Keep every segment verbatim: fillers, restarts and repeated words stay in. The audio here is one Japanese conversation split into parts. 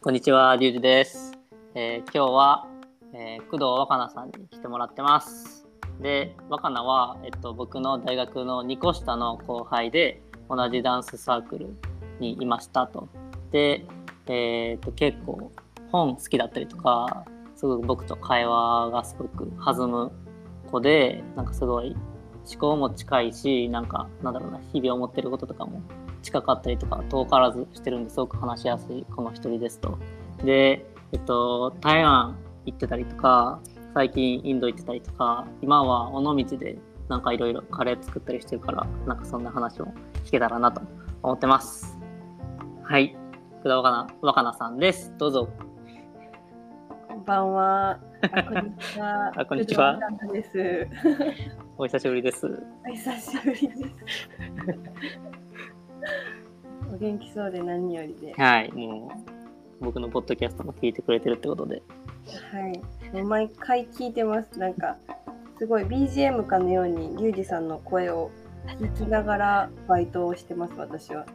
こんにちは、リュウジです。えー今日は、えー工藤若菜さんに来てもらってます。で、若菜は、えっと、僕の大学のにこ下の後輩で、同じダンスサークルにいましたと。で、えーっと、結構本好きだったりとか、すごく僕と会話がすごく弾む子で、なんかすごい思考も近いし、なんか、なんだろうな、日々思ってることとかも近かったりとか遠からずしてるんですごく話しやすい子の一人ですと。で、えっと、台湾行ってたりとか、最近インド行ってたりとか、今は尾道でなんかいろいろカレー作ったりしてるから、なんかそんな話を聞けたらなと思ってます。はい、工藤若菜若菜さんです。どうぞ。 こんばんは。あ、こんにちは。 あ、こんにちは。 工藤若菜です。 お久しぶりです。 お久しぶりです。お元気そうで何よりで。 はい、もう僕のポッドキャストも聞いてくれてるってことで。 はい。もう毎回聞いてます。なんか、すごい ビージーエム かのように、リュウジさんの声を聞きながらバイトをしてます、私は。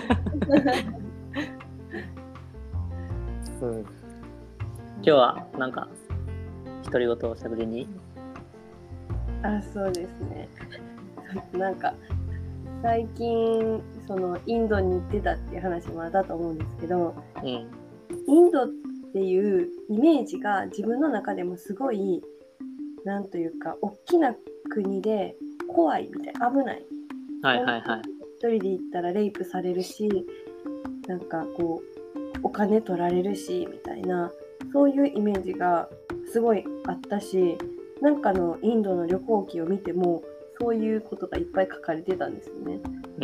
うん、今日はなんか独り言をしゃべりに。 あ、そうですね。なんか、最近、その、インドに行ってたっていう話もあったと思うんですけど、 うん、 インドっていうイメージが自分の中でもすごい、なんというか、大きな国で怖いみたいな、危ない。 はいはいはい。 一人で行ったらレイプされるし、なんかこう、お金取られるし、みたいな、そういうイメージがすごいあったし、なんかのインドの旅行記を見ても、そういうことがいっぱい書かれてたんですよね。 うん、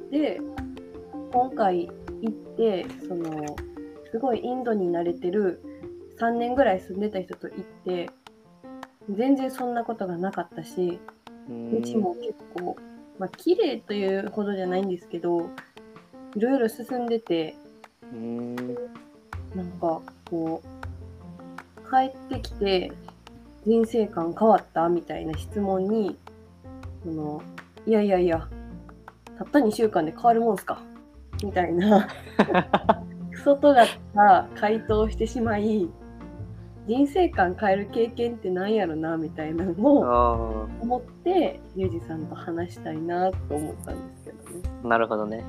で、今回行って、その、すごいインドに慣れてるさんねんぐらい住んでた人と行って、全然そんなことがなかったし、 うん道も結構、まあ綺麗というほどじゃないんですけど、いろいろ進んでて、 うん、 なんかこう、帰ってきて人生観変わったみたいな質問に、その、いやいやいや、たったにしゅうかんで変わるもんすかみたいな、クソ尖った回答をしてしまい、人生観変える経験ってなんやろなみたいなのをあ思って、ゆうじさんと話したいなと思ったんですけどね。 あ、なるほどね。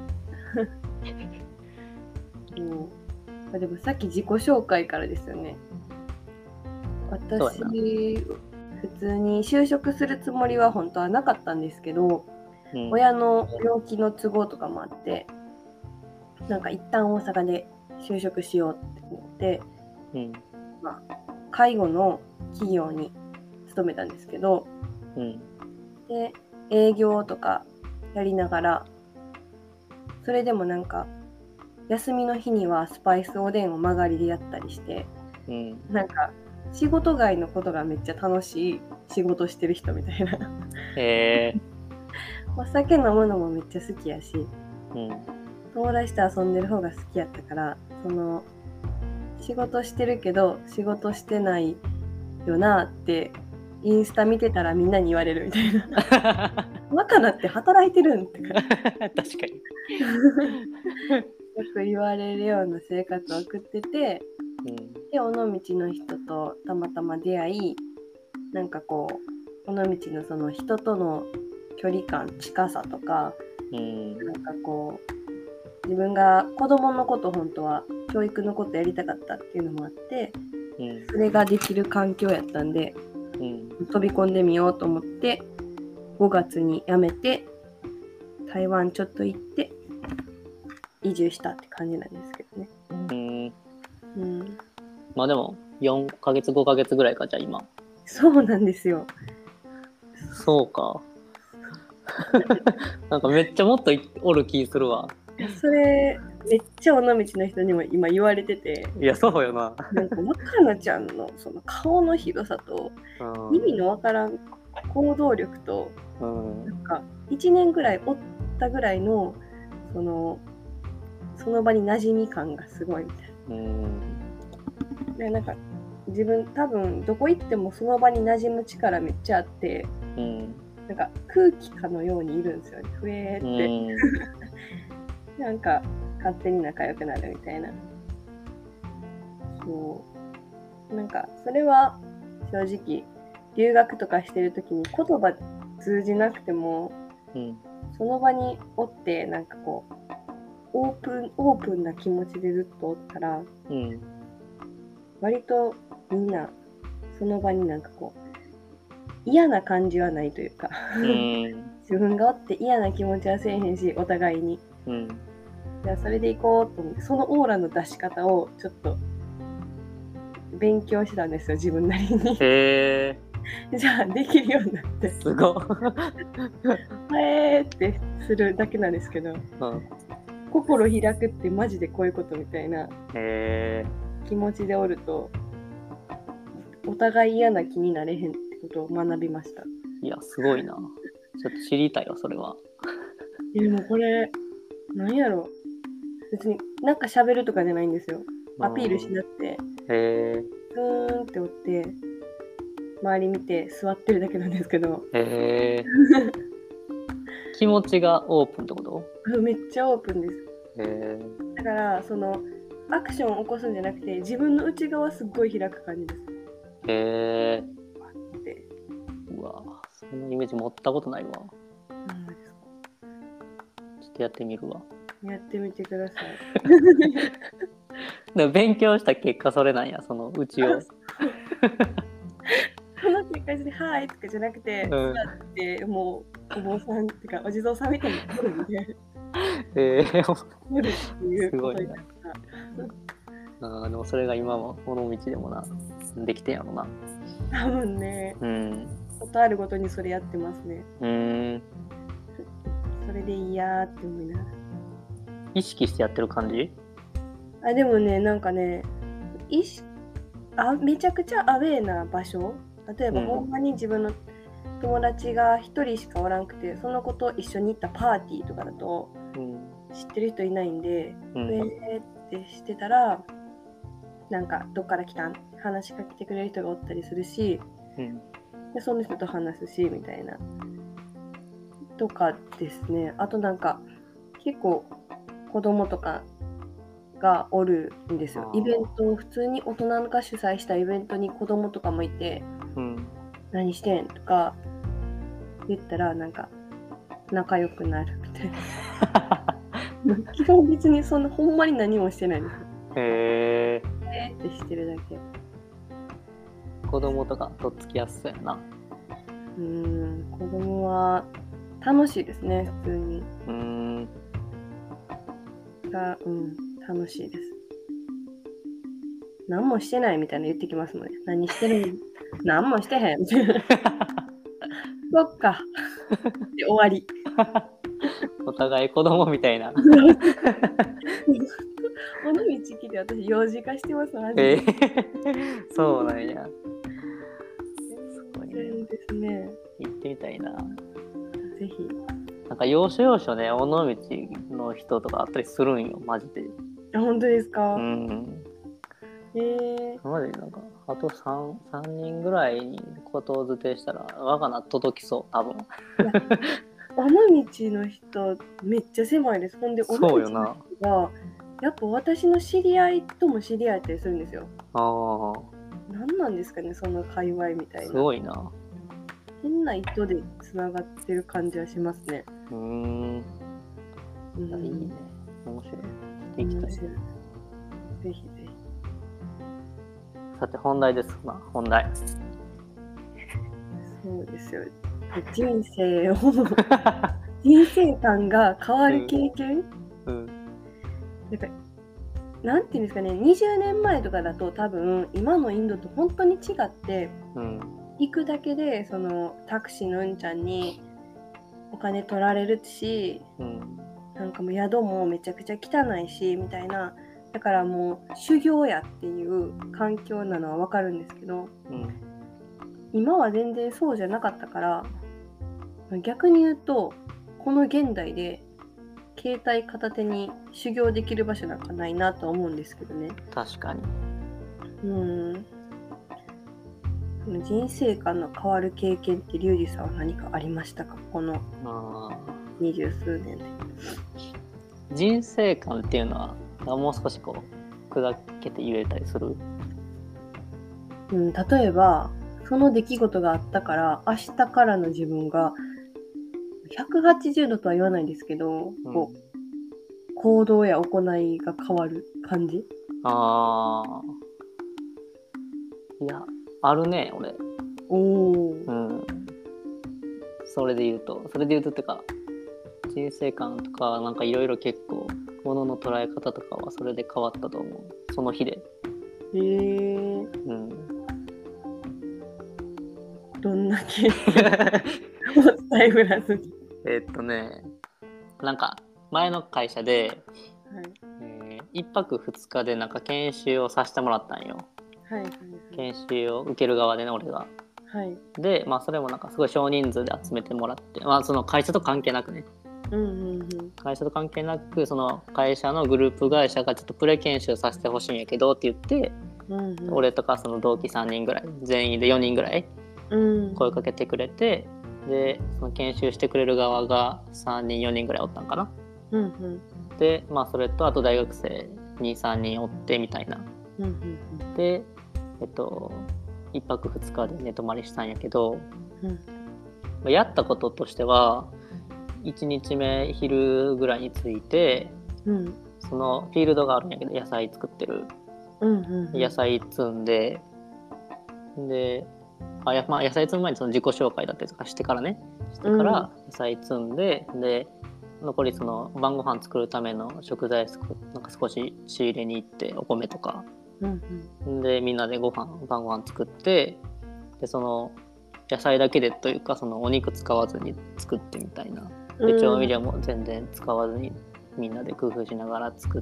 もうでもさっき自己紹介からですよね。私、普通に就職するつもりは本当はなかったんですけど、うん、親の病気の都合とかもあって、なんか一旦大阪で就職しようって思って、うんまあ、介護の企業に勤めたんですけど、うん、で営業とかやりながら、それでもなんか休みの日にはスパイスおでんを曲がりでやったりして、うん、なんか仕事外のことがめっちゃ楽しい仕事してる人みたいな。 へーお酒飲むのもめっちゃ好きやし、 うん、 友達と遊んでる方が好きやったから、その仕事してるけど仕事してないよなってインスタ見てたらみんなに言われるみたいな。若菜って働いてるんってか確かによく言われるような生活を送ってて、うん、で尾道の人とたまたま出会い、なんかこう尾道のその人との距離感、近さとか、うん、なんかこう自分が子供のこと本当は教育のことやりたかったっていうのもあって、うん、それができる環境やったんで、うん、飛び込んでみようと思ってごがつに辞めて台湾ちょっと行って移住したって感じなんですけどね。 うんうん、まあでもよんかげつごかげつぐらいか。じゃあ今。 そうなんですよ。 そうか。なんかめっちゃもっとおる気するわ。 それめっちゃ尾道の人にも今言われてて、 いやそうよな。 なんか若菜ちゃんのその顔の広さと意味のわからん行動力と、うん、なんかいちねんぐらいおったぐらいのそのその場に馴染み感がすごいみたいな。うん、でなんか自分多分どこ行ってもその場に馴染む力めっちゃあって、うん、なんか空気かのようにいるんですよね。ふえーって、うん、なんか勝手に仲良くなるみたいな。 そうなんかそれは正直留学とかしてる時に言葉通じなくても、うん、その場におってなんかこうオープンオープンな気持ちでずっとおったら、うん、割とみんなその場になんかこう嫌な感じはないというか、うん、自分がおって嫌な気持ちはせえへんし、お互いに、うん、じゃあそれでいこうと思って、そのオーラの出し方をちょっと勉強したんですよ、自分なりに。へーじゃあできるようになって、 すごいへーってするだけなんですけど、うん、心開くってマジでこういうことみたいな気持ちでおると、お互い嫌な気になれへんってことを学びました。 いやすごいな。ちょっと知りたいわそれは。 でもこれなんやろ、別になんか喋るとかじゃないんですよ。アピールしなくて、へーうーんっておって周り見て座ってるだけなんですけど、へー気持ちがオープンってこと？ めっちゃオープンです。へーだからそのアクションを起こすんじゃなくて、自分の内側すっごい開く感じです。 へーうわそんなイメージ持ったことないわ。 うんですか。 ちょっとやってみるわ。 やってみてください。 でも勉強した結果それなんや、そのうちを。 その結果ではいとかじゃなくて、座、うん、ってもうお坊さんってかお地蔵さんみたいになるんで。えー、 すごいな。あでもそれが今もこの道でもなできてんやろな。 多分ね。うん。ことあるごとにそれやってますね。うん。それでいいやーって思いながら。 意識してやってる感じ？ あでもねなんかね意識あめちゃくちゃアウェーな場所、例えば、うん、ほんまに自分の友達が一人しかおらんくてその子と一緒に行ったパーティーとかだと、うん、知ってる人いないんで、うん、えーってしてたらなんかどっから来たん話しかけてくれる人がおったりするし、うん、でその人と話すしみたいなとかですね。あとなんか結構子供とかがおるんですよ。イベントを普通に大人が主催したイベントに子供とかもいて、うん、何してんとか言ったらなんか仲良くなるみたいな。基本別にそんなほんまに何もしてないです。へーえーってしてるだけ。 子供とかとっつきやすそうやな。 うーん子供は楽しいですね普通に。うーんがうん楽しいです。何もしてないみたいな言ってきますもんね。何してるの？何もしてへんみたいな。そっか。で終わり。 お互い子供みたいな。尾道来て私幼児化してますマジで。えー、そうなんや。 すごいですね。 行ってみたいな。 ぜひ。 なんか要所要所ね、尾道の人とかあったりするんよ、マジで。 あ、本当ですか？うん。 えー、マジでなんかあと 3, 3人ぐらいにことをづてしたら我が名届きそう多分。 尾道の人めっちゃ狭いです。ほんで尾道の人がやっぱ私の知り合いとも知り合えたりするんですよ。ああ。何なんですかねその界隈みたいな。 すごいな。 変な糸でつながってる感じはしますね。うーん。 うん、いいね。面白い。行きたい。ぜひぜひ。 さて本題ですな。本題。 そうですよ。人生を人生観が変わる経験。うん。うん、なんかなんていうんですかね。にじゅうねんまえとかだと多分今のインドと本当に違って、うん、行くだけでそのタクシーのうんちゃんにお金取られるし、うん、なんかもう宿もめちゃくちゃ汚いしみたいな。だからもう修行やっていう環境なのは分かるんですけど、うん、今は全然そうじゃなかったから逆に言うとこの現代で携帯片手に修行できる場所なんかないなと思うんですけどね。 確かに。 うん人生観の変わる経験ってリュウジさんは何かありましたかこの二十数年で。 人生観っていうのはもう少しこう砕けて言えたりする？ うん、例えばその出来事があったから明日からの自分がひゃくはちじゅうどとは言わないんですけど、 うん、 こう行動や行いが変わる感じ。 ああ、いや、あるね、俺。 おお、 うん。それで言うと、それで言うとってか、人生観とか、なんかいろいろ結構、ものの捉え方とかはそれで変わったと思う。その日で。 へえ、 うん。 どんな経験を伝えフラスに。 えっとね、なんか、前の会社で、 はい、 えー、いっぱくふつかでなんか研修をさせてもらったんよ。 はいはいはい。 研修を受ける側でね、俺が。 はい。 で、まあそれもなんかすごい少人数で集めてもらって、まあその会社と関係なくね。 うんうんうん。 会社と関係なく、その会社のグループ会社がちょっとプレ研修させてほしいんやけどって言って、 うんうん、 俺とかその同期さんにんぐらい、全員でよにんぐらい声かけてくれて、うん、で、その研修してくれる側がさんにん、よにんぐらいおったんかな。 うんうん、 で、まあそれとあと大学生に、さんにんおってみたいな。 うんうんうん、 で、えっと、いっぱくふつかで寝泊まりしたんやけど、うん、やったこととしては、いちにちめ昼ぐらいに着いて、うん、そのフィールドがあるんやけど、野菜作ってる、うんうんうん、野菜摘んで、で、あやまあ、野菜摘む前にその自己紹介だったりとかしてからね、してから野菜摘んで、うん、で残りその晩ご飯作るための食材なんか少し仕入れに行ってお米とか、うんうん、でみんなでご飯晩ご飯作って、でその野菜だけでというかそのお肉使わずに作ってみたいな、で調味料も全然使わずにみんなで工夫しながら作って、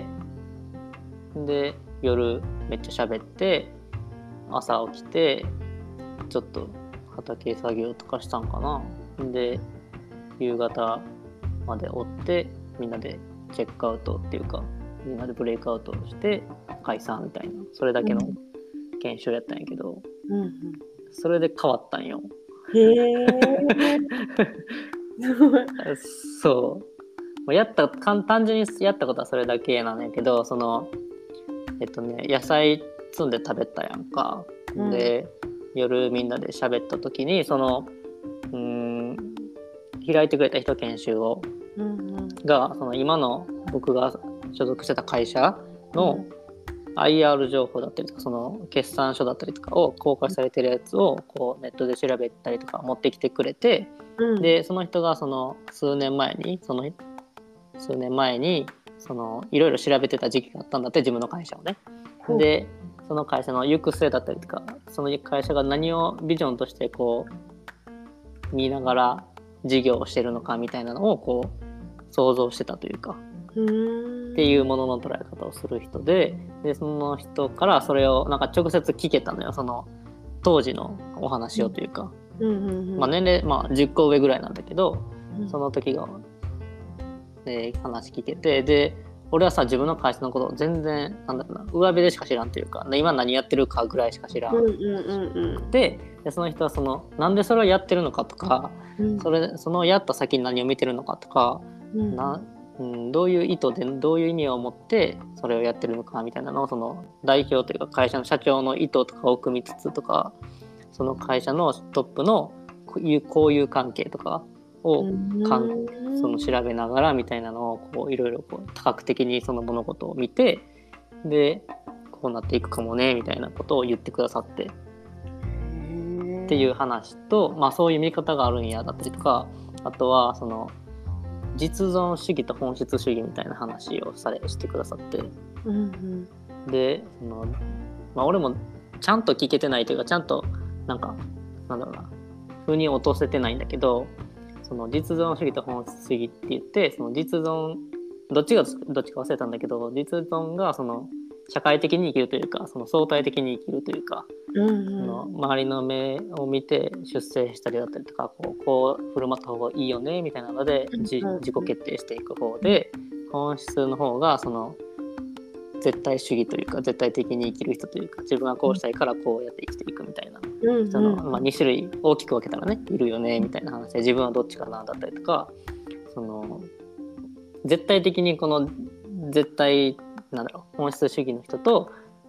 で夜めっちゃ喋って朝起きてちょっと畑作業とかしたんかな。で夕方まで追ってみんなでチェックアウトっていうかみんなでブレイクアウトして解散みたいな、それだけの研修やったんやけど、うんうん、それで変わったんよ。へえ。そうやった単純にやったことはそれだけなんやけど、そのえっとね野菜摘んで食べたやんか、うん、で夜みんなで喋った時にそのうーん開いてくれた人研修を、うんうん、がその今の僕が所属してた会社の アイアール 情報だったりとかその決算書だったりとかを公開されてるやつをこうネットで調べたりとか持ってきてくれて、うん、でその人がその数年前にその数年前にそのいろいろ調べてた時期があったんだって、自分の会社をね。でその会社の行く末だったりとかその会社が何をビジョンとしてこう見ながら事業をしてるのかみたいなのをこう想像してたというかっていうものの捉え方をする人で、でその人からそれをなんか直接聞けたのよ、その当時のお話をというか、うんうんうんうん、まあ、年齢、まあ、じゅっこ上ぐらいなんだけど、うん、その時が、ね、話聞けて、で俺はさ自分の会社のこと全然なんだろうな上辺でしか知らんというか今何やってるかぐらいしか知らん、うんうんうんうん、で, でその人はそのなんでそれをやってるのかとか、うん、それそのやった先に何を見てるのかとか、うんなうん、どういう意図でどういう意味を持ってそれをやってるのかみたいなのをその代表というか会社の社長の意図とかを組みつつとか、その会社のトップのこういう交友関係とかをかんその調べながらみたいなのをこういろいろこう多角的にその物事を見て、でこうなっていくかもねみたいなことを言ってくださってっていう話と、まあそういう見方があるんやだったりとか、あとはその実存主義と本質主義みたいな話をされしてくださって、うんうん、でその、まあ、俺もちゃんと聞けてないというかちゃんとなんかなんだろうな風に落とせてないんだけど、その実存主義と本質主義って言って、その実存どっちがどっちか忘れたんだけど、実存がその社会的に生きるというかその相対的に生きるというか、うんうん、その周りの目を見て出世したりだったりとかこう、こう振る舞った方がいいよねみたいなので、うんうん、自己決定していく方で、本質の方がその絶対主義というか絶対的に生きる人というか、自分はこうしたいからこうやって生きていくみたいな、うんうん、そのまあ、に種類大きく分けたらねいるよねみたいな話で、自分はどっちかなだったりとか、その絶対的にこの絶対なんだろう本質主義の人と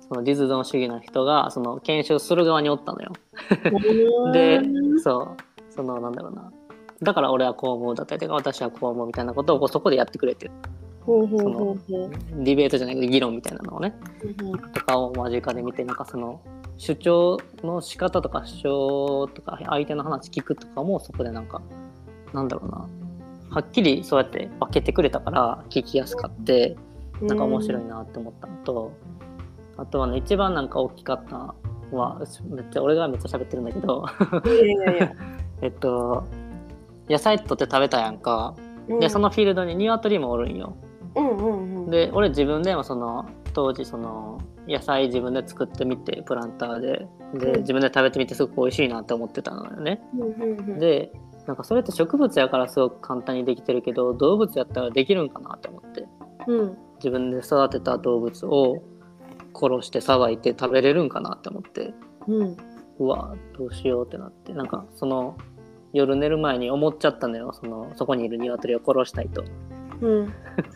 その実存主義の人がその研修する側におったのよ。で、そうそのなんだろうな、だから俺はこう思うだったりとか私はこう思うみたいなことをこうそこでやってくれてる。 ほうほうほうほう。 そのディベートじゃないけど議論みたいなのをね、とかを間近で見て、なんかその主張の仕方とか主張とか相手の話聞くとかもそこでなんかなんだろうな、はっきりそうやって分けてくれたから聞きやすかって、なんか面白いなって思ったのと、あとはね一番なんか大きかったのは、めっちゃ俺がめっちゃ喋ってるんだけどえっと野菜取って食べたやんか、うん、でそのフィールドに鶏もおるんよ。うんうんうん、で俺自分でもその当時その野菜自分で作ってみてプランターでで、うん、自分で食べてみてすごく美味しいなって思ってたのよね、うんうんうん、でなんかそれって植物やからすごく簡単にできてるけど動物やったらできるんかなって思って、うん、自分で育てた動物を殺してさばいて食べれるんかなって思って、うん、うわどうしようってなって、なんかその夜寝る前に思っちゃったのよ、そのそこにいる鶏を殺したいと、うん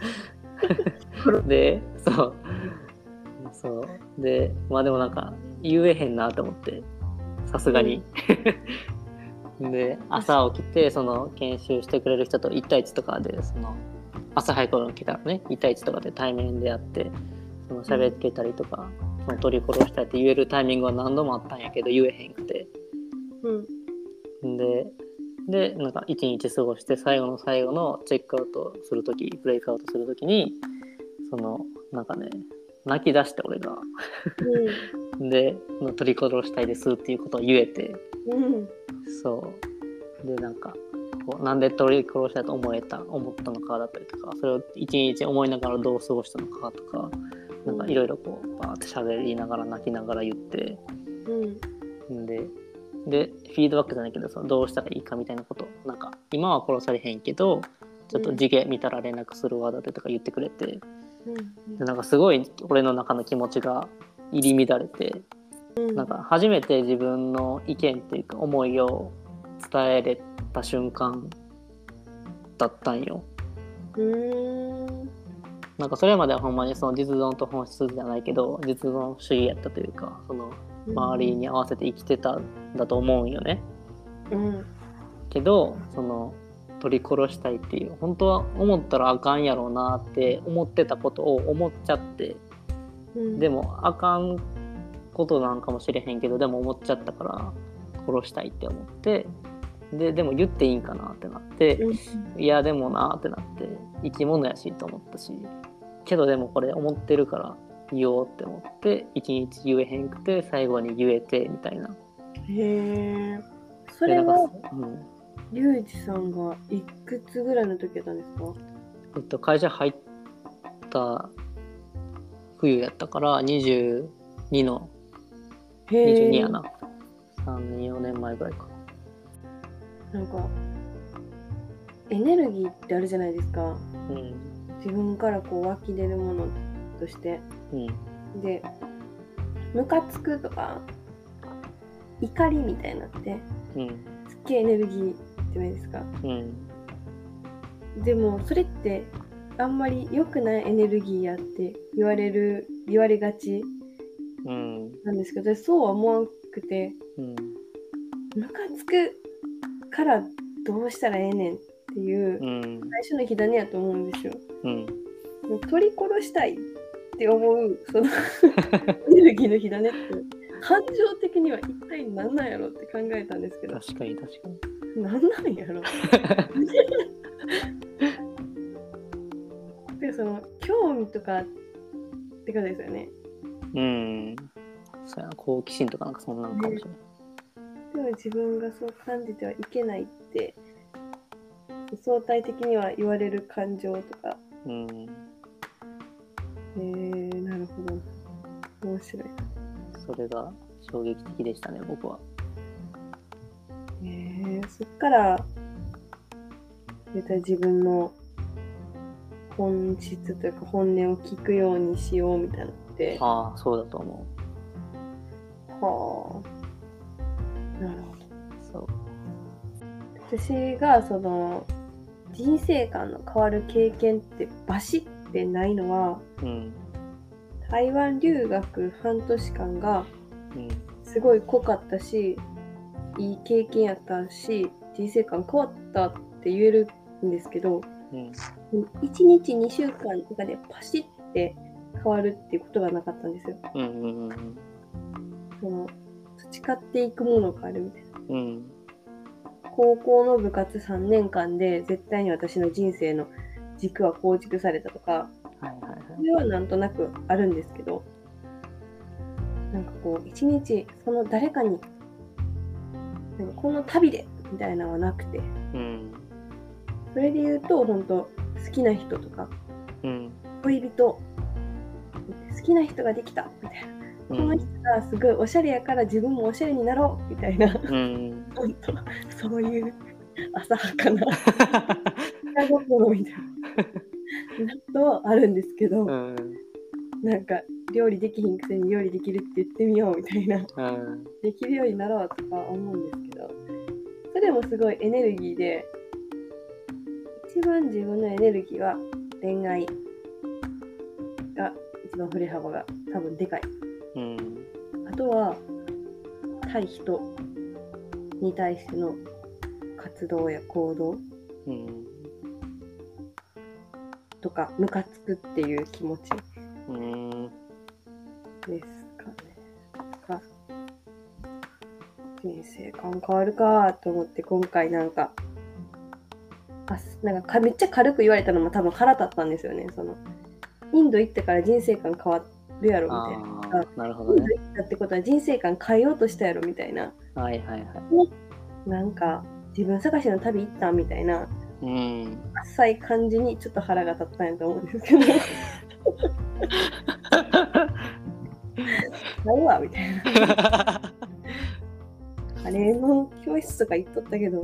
でそうそうでまあでもなんか言えへんなと思ってさすがに、うん、で朝起きてその研修してくれる人といち対いちとかでその朝早く頃に来たらねいち対いちとかで対面でやってその喋ってたりとか、うん、その鳥殺したいって言えるタイミングは何度もあったんやけど言えへんくて、うん、ででなんか一日過ごして最後の最後のチェックアウトするときブレイクアウトするときにそのなんかね泣き出して俺が、うん、で取り殺したいですっていうことを言えて、うん、そうでなんかこうなんで取り殺したいと思えた思ったのかだったりとか、それを一日思いながらどう過ごしたのかとか、なんかいろいろこうバーって喋りながら泣きながら言って、うん、ででフィードバックじゃないけどそのどうしたらいいかみたいなこと、なんか今は殺されへんけどちょっと時限見たら連絡するわだってとか言ってくれて、うん、でなんかすごい俺の中の気持ちが入り乱れて、うん、なんか初めて自分の意見っていうか思いを伝えれた瞬間だったんよ。うーんなんかそれまではほんまにその実存と本質じゃないけど実存主義やったというか、その周りに合わせて生きてたんだと思うんよね、うん、けどその取り殺したいっていう本当は思ったらあかんやろうなって思ってたことを思っちゃって、うん、でもあかんことなんかもしれへんけどでも思っちゃったから殺したいって思って、ででも言っていいんかなってなって、うん、いやでもなってなって生き物やしと思ったし、けどでもこれ思ってるから言おうって思って一日言えへんくて最後に言えてみたいな。へえ。それはリュウジさんがいくつぐらいの時やったんですか？ えっと会社入った冬やったからにじゅうにのにじゅうにやな、さんねんよねんまえぐらいか。 なんかエネルギーってあるじゃないですか、うん、自分からこう湧き出るものとして、うん、でムカつくとか怒りみたいなって、うん、すっげえエネルギーじゃないですか、うん、でもそれってあんまり良くないエネルギーやって言われる言われがちなんですけど、うん、そうは思わなくて、うん、ムカつくからどうしたらええねんっていう最初の火種やと思うんですよ、うん、取り殺したいって思うそのエネルギーの火種って感情的には一体何なんやろって考えたんですけど、 確かに確かに何なんやろでその興味とかってことですよね。 うん、そうやな、好奇心とかなんかそんなんかもしれない、ね、 でも自分がそう感じてはいけないって相対的には言われる感情とか、うん、えー、なるほど、面白い。 それが衝撃的でしたね僕は。 えー、そっから絶対自分の本質というか本音を聞くようにしようみたいなって。 ああ、そうだと思う。はあ、なるほど。 そう。 私がその人生観の変わる経験ってバシってないのは、うん、 台湾留学半年間がうんすごい濃かったし、いい経験やったし、人生観変わったって言えるんですけど、 うん、 いちにちにしゅうかんとかでパシッて変わるっていうことがなかったんですよ。 うんうんうんその培っていくものがあるみたいな。 うん、 高校の部活さんねんかんで絶対に私の人生の軸は構築されたとか、 はいはいはい。 それはなんとなくあるんですけど、なんかこう一日その誰かになんかこの旅でみたいなのはなくて、 うん、 それで言うと本当好きな人とか、 うん、 恋人、好きな人ができたみたいな、 うん、 この人がすごいおしゃれやから自分もおしゃれになろうみたいな、 うん、 本当そういう浅はかな下心みたいなのとあるんですけど、 うん、 なんか料理できひんくせに料理できるって言ってみようみたいな、 うん、 できるようになろうとか思うんですけど、それもすごいエネルギーで、一番自分のエネルギーは恋愛が一番振れ幅が多分でかい。 うん、 あとは対人に対しての活動や行動うん、 とか、ムカつくっていう気持ちうん、 ですかね。が人生観変わるかと思って今回なんか、あなんかめっちゃ軽く言われたのも多分腹立ったんですよね。そのインド行ってから人生観変わるやろみたいな。 ああ、なるほどね。 インド行ったってことは人生観変えようとしたやろみたいな。 はいはいはい。 なんか自分探しの旅行ったみたいな、 うん。 浅い感じにちょっと腹が立ったんやと思うんですけど。ないわみたいな。カレーの教室とか行っとったけど、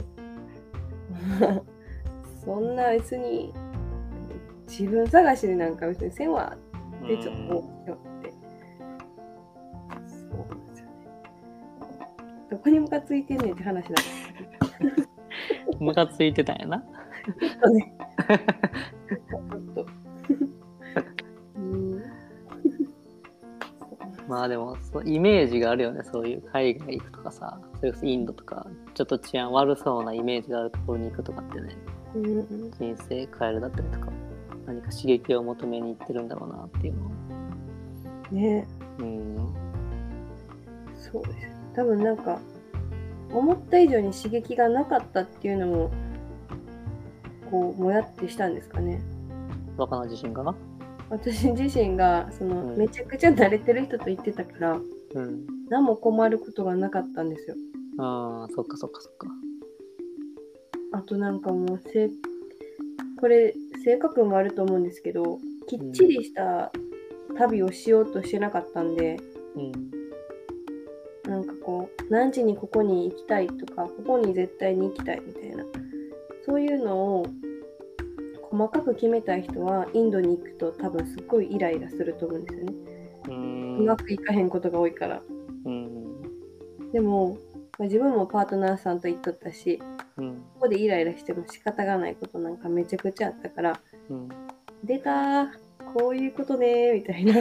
そんな別に自分探しでなんか別にせんわってちょっと思って、そうなんですよね。どこにムカついてんねんって話なんです。 ムカついてたんやな。 ちょっとね。ちょっと。うんまあでもそうイメージがあるよね。そういう海外行くとかさ、それこそインドとかちょっと治安悪そうなイメージがあるところに行くとかってね、 うん、 人生変えるだったりとか何か刺激を求めに行ってるんだろうなっていうのは。 ね、 うん、 そうです。多分なんか思った以上に刺激がなかったっていうのもこうもやってしたんですかね。 若菜自身かな。 私自身がその、 うん、 めちゃくちゃ慣れてる人と言ってたから、 うん、 何も困ることがなかったんですよ。 ああ、そっかそっかそっか。 あとなんかもうせこれ性格もあると思うんですけど、きっちりした旅をしようとしてなかったんで、 うん、 なんかこう何時にここに行きたいとか、ここに絶対に行きたいみたいな、そういうのを細かく決めたい人はインドに行くと多分すっごいイライラすると思うんですよね。 ううん、まくいかへんことが多いから。 うん、 でも、まあ、自分もパートナーさんと行っとったし、 うん、 ここでイライラしても仕方がないことなんかめちゃくちゃあったから、 うん、 出たーこういうことねーみたいな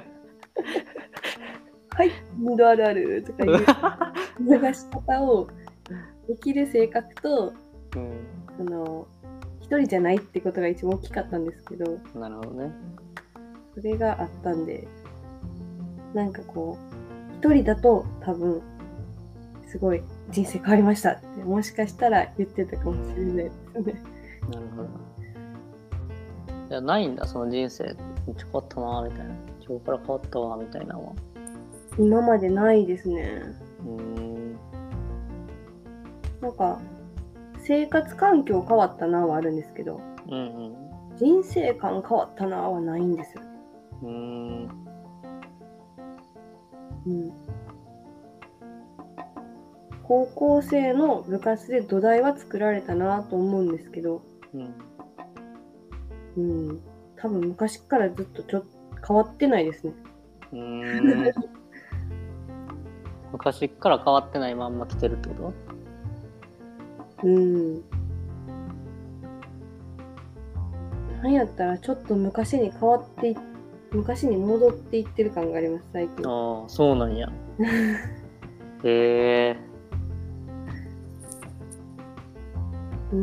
はいインドあるあるとかいう流し方をできる性格と、 うん、 その一人じゃないってことが一番大きかったんですけど、 なるほどね。 それがあったんで、なんかこう一人だと多分すごい人生変わりましたってもしかしたら言ってたかもしれないですね。 なるほど。じゃないんだ、その人生めっちゃ変わったなみたいな、今日から変わったわみたいなのは。 今までないですね。 うーん、 なんか生活環境変わったなはあるんですけど、 うんうん、 人生観変わったなはないんですよね。 うーん、 うん。高校生の部活で土台は作られたなと思うんですけど、 うん、 うん、多分昔からずっとちょっと変わってないですね。 うーん昔から変わってないまんま来てるってこと？ うん。なんやったらちょっと昔に変わっていっ昔に戻っていってる感があります最近。 ああ、そうなんや。へえ。 うん。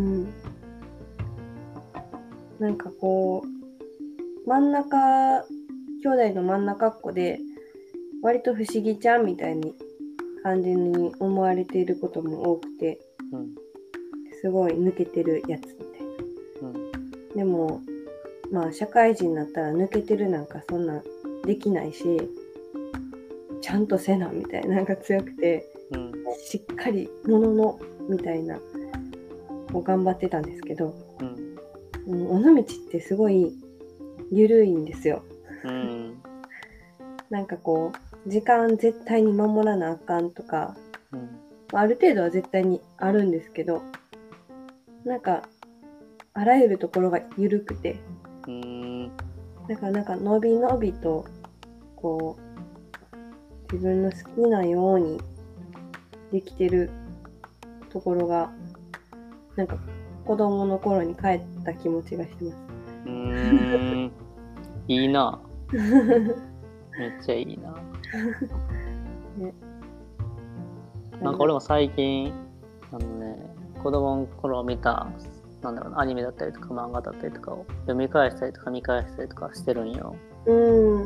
なんかこう真ん中兄弟の真ん中っ子で割と不思議ちゃんみたいに感じに思われていることも多くて、 うん、 すごい抜けてるやつみたいな。うん、でもまあ社会人になったら抜けてるなんかそんなできないし、ちゃんとせなみたいなのが強くて、うん、しっかりもののみたいなを頑張ってたんですけど、うん、尾道ってすごい緩いんですよ。うん、なんかこう時間絶対に守らなあかんとか、うん、ある程度は絶対にあるんですけど、なんかあらゆるところが緩くて、うん、だからなんかのびのびとこう自分の好きなようにできてるところがなんか子供の頃に帰った気持ちがしてます。 うーんいいな。めっちゃいいな。ね、なんか俺も最近あのね子供の頃見たなんだろうなアニメだったりとか漫画だったりとかを読み返したりとか見返したりとかしてるんよ。うん。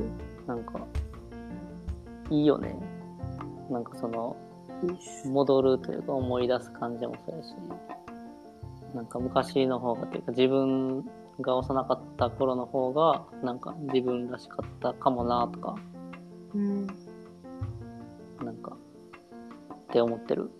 なんかいいよね。なんかその戻るというか思い出す感じもそうやし、なんか昔の方がというか自分が幼かった頃の方がなんか自分らしかったかもなとか、うん、なんかって思ってる。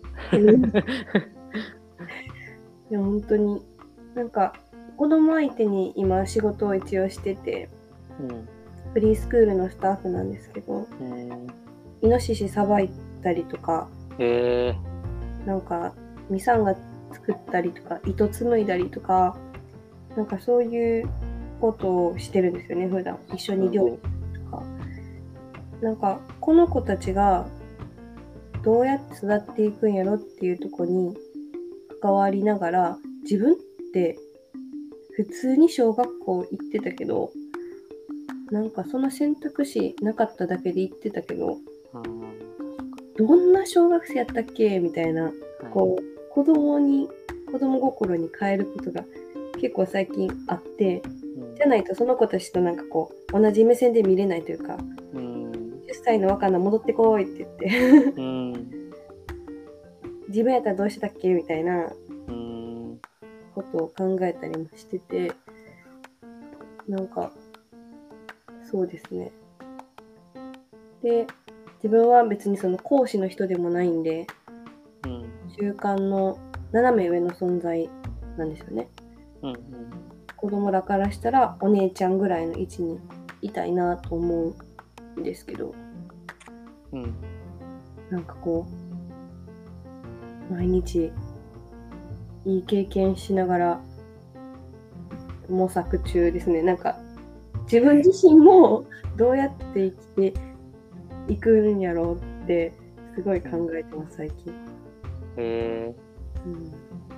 いや本当になんか子供相手に今仕事を一応してて、うん、フリースクールのスタッフなんですけど、うん、イノシシさばいたりとか、へー、なんかミサンガ作ったりとか糸紡いだりとか、なんかそういうことをしてるんですよね普段一緒に料理とか、うん、なんかこの子たちがどうやって育っていくんやろっていうとこに関わりながら、自分って普通に小学校行ってたけど、なんかその選択肢なかっただけで行ってたけど、どんな小学生やったっけみたいな、こう子供に子供心に変えることが結構最近あって、じゃないとその子たちとなんかこう同じ目線で見れないというか、うん、じゅっさいの若菜戻ってこいって言って、うん、自分やったらどうしたっけみたいなことを考えたりもしてて、なんかそうですね。で、自分は別にその講師の人でもないんで、うん、中間の斜め上の存在なんですよね。うんうん、子供らからしたらお姉ちゃんぐらいの位置にいたいなと思うんですけど、うん、なんかこう毎日いい経験しながら模索中ですね。なんか自分自身もどうやって生きていくんやろうってすごい考えてます最近。 へえ、うん。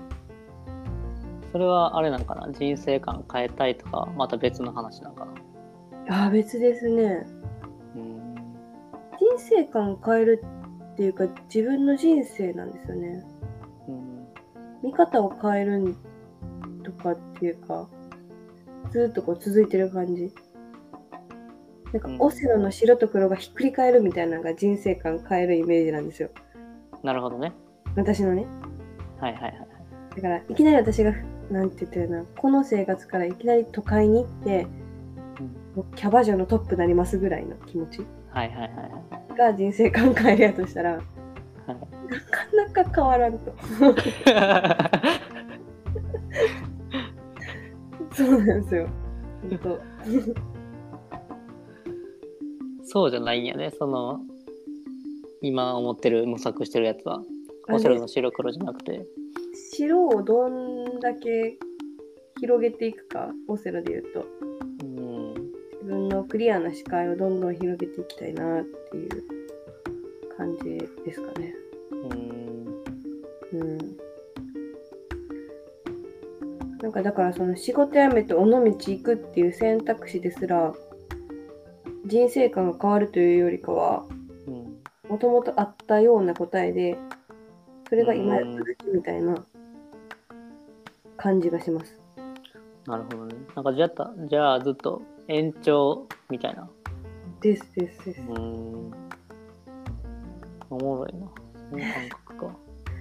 それはあれなんかな、人生観変えたいとかまた別の話なんかな。あ、別ですね。うん、人生観変えるっていうか自分の人生なんですよね。うん、見方を変えるとかっていうかずっとこう続いてる感じ。なんかオセロの白と黒がひっくり返るみたいなのが人生観変えるイメージなんですよ。 なるほどね。 私のね。 はいはいはい。 だからいきなり私がなんて言ったようなこの生活からいきなり都会に行って、うん、もうキャバ嬢のトップになりますぐらいの気持ち。 はいはいはいはい。 が人生観変えるやとしたら、はい、なかなか変わらんと。そうなんですよ。本当。 そうじゃないんやね。その今思ってる模索してるやつはオセロの白黒じゃなくて、 白をどんだけ広げていくか、オセロで言うと、うん、自分のクリアな視界をどんどん広げていきたいなっていう感じですかね。うん、うん、なんかだからその仕事辞めて尾道行くっていう選択肢ですら人生観が変わるというよりかは、もともとあったような答えで、それが今やっただけみたいな感じがします。 なるほどね。なんかじゃあ、じゃあずっと延長みたいな。 ですですです。 うーん。おもろいな。その感覚か。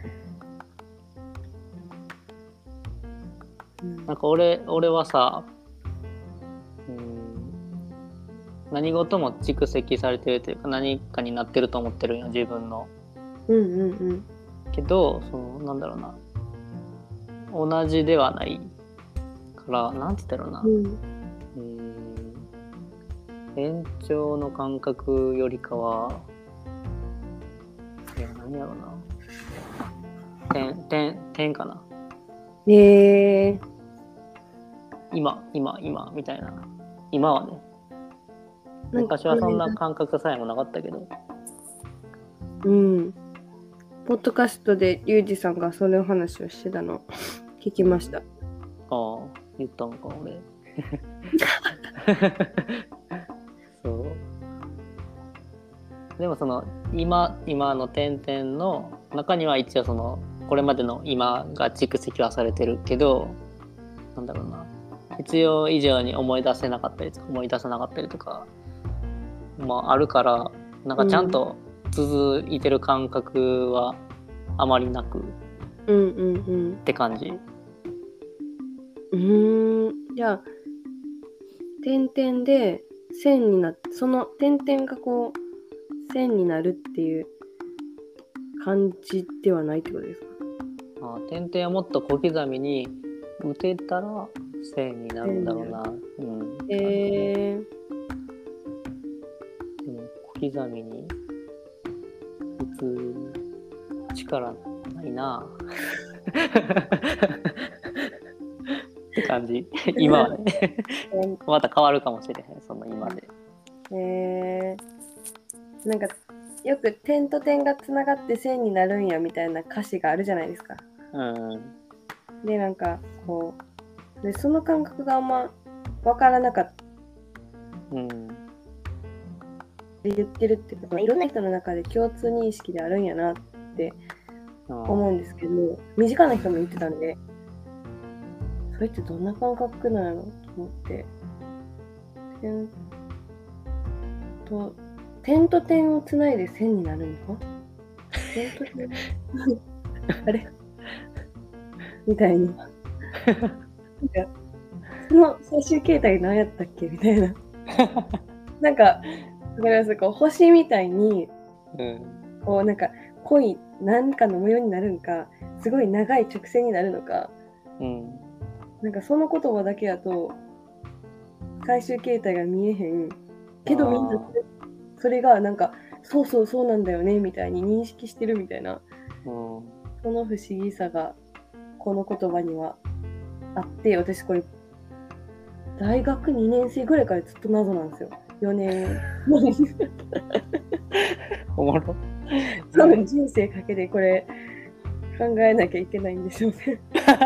うん、なんか俺、俺はさ、うーん、何事も蓄積されてるというか何かになってると思ってるんよ、自分の。 うんうんうん。 けど、その、なんだろうな。同じではないから、なんて言ったろうな。うん、うーん、延長の感覚よりかは、いや、何やろうな。点、点、点かな。 へえー。 今、今、今、みたいな。今はね。昔はそんな感覚さえもなかったけど。 うん。ポッドキャストでユージさんがその話をしてたの聞きました。ああ、言ったのか、俺。そう。でもその今今の点々の中には一応そのこれまでの今が蓄積はされてるけど、なんだろうな、必要以上に思い出せなかったりとか思い出せなかったりとかもあるから、なんかちゃんと続いてる感覚はあまりなく、 うんうんうん、 って感じ。 うーん、じゃあ点々で線になって、その点々がこう線になるっていう感じではないってことですか？ ああ、点々をもっと小刻みに打てたら線になるんだろうな。うん。 へえー。 でも小刻みに打つ力ないなって感じ。今はねまた変わるかもしれへん、その今で。 へえー。なんかよく点と点がつながって線になるんやみたいな歌詞があるじゃないですか。 うん。 でなんかこうでその感覚があんま分からなかった。 うん。 言ってるってことはいろんな人の中で共通認識であるんやなって思うんですけど、身近な人も言ってたんで、それってどんな感覚なのと思って、点と点と点をつないで線になるのか？点と点あれみたいな。なんかその最終形態何やったっけみたいな。なんかわかります？こう星みたいに、うん、こうなんか濃い何かの模様になるんか、すごい長い直線になるのか、うん、なんかその言葉だけだと最終形態が見えへんけど、みんなそれがなんかそうそうそうなんだよねみたいに認識してるみたいな、うん、その不思議さがこの言葉にはあって、私これ大学にねん生ぐらいからずっと謎なんですよ。よねんおもろ。 多分人生かけてこれ考えなきゃいけないんでしょうね。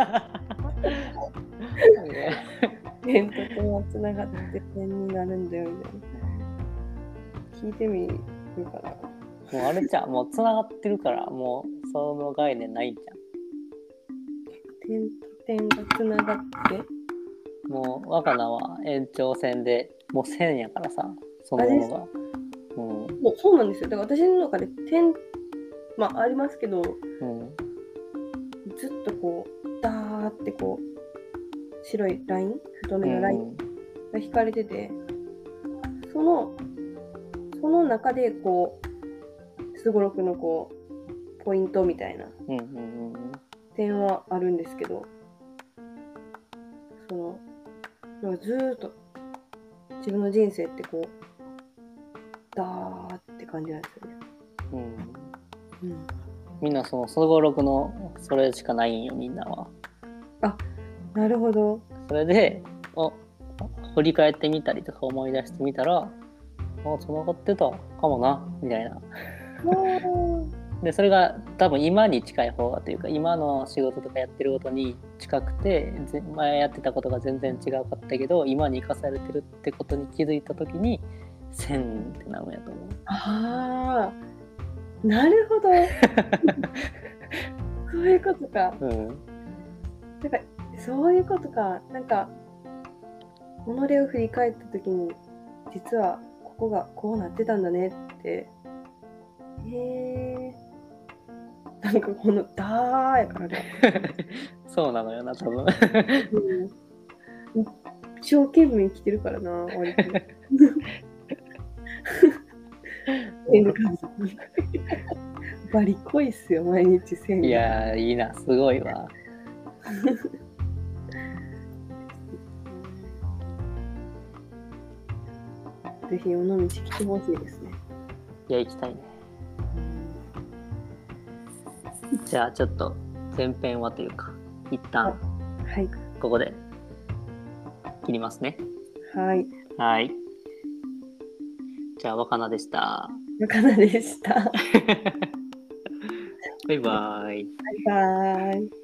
点と点はつながって点になるんだよみたいな。聞いてみるかな。 もうあれじゃん、もうつながってるからもうその概念ないんじゃん。 点と点がつながってもう若菜は延長線でもう線やからさ、そのものが。 うん、もうそうなんですよ。だから私の中で点、まあありますけど、うん、ずっとこうダーってこう白いライン、太めのラインが引かれてて、うん、そのその中でこうすごろくのこうポイントみたいな点はあるんですけど、そのなんかずーっと自分の人生ってこうダーって感じなんですよね。 うんうん、みんなそのすごろくのそれしかないんよ、みんなは。 あ、なるほど。 それでお振り返ってみたりとか思い出してみたら、あ、つながってたかもなみたいな。でそれが多分今に近い方がというか、今の仕事とかやってることに近くて、前やってたことが全然違うかったけど今に生かされてるってことに気づいた時に、 線ってなるんやと思う。 ああ、なるほど。そういうことか。 うん。 なんかそういうことか。なんか己を振り返った時に実はここがこうなってたんだねって。へえ。なんかこのダーやからね。 そうなのよな多分。 うん、一生懸命生きてるからな割と。バリ濃いっすよ毎日線。 いやーいいな、すごいわ。 ぜひ尾道来てほしいですね。 いや行きたいね。じゃあちょっと前編はというか一旦はいここで切りますね。 はいはい。じゃあ若菜でした。 若菜でした。 バイバイ。 バイバイ。